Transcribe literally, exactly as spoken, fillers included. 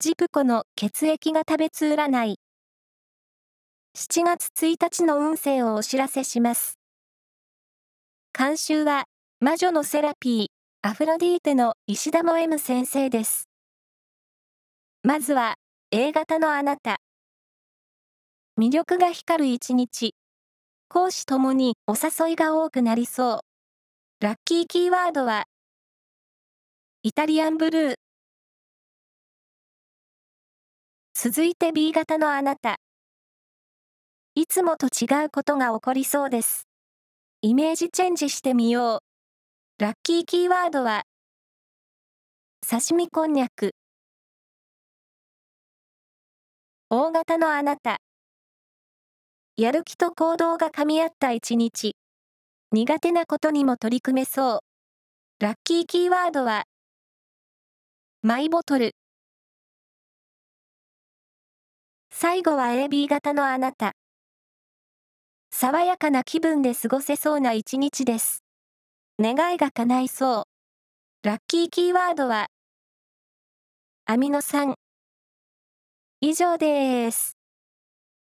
ジプコの血液が食べつ占い。しちがつついたちの運勢をお知らせします。監修は、魔女のセラピー、アフロディーテの石田も M 先生です。まずは、A 型のあなた。魅力が光る一日。公私ともにお誘いが多くなりそう。ラッキーキーワードは、イタリアンブルー。続いて B 型のあなた。いつもと違うことが起こりそうです。イメージチェンジしてみよう。ラッキーキーワードは、刺身こんにゃく。O 型のあなた。やる気と行動が噛み合った一日。苦手なことにも取り組めそう。ラッキーキーワードは、マイボトル。最後は エービー 型のあなた。爽やかな気分で過ごせそうな一日です。願いが叶いそう。ラッキーキーワードは、アミノ酸。以上です。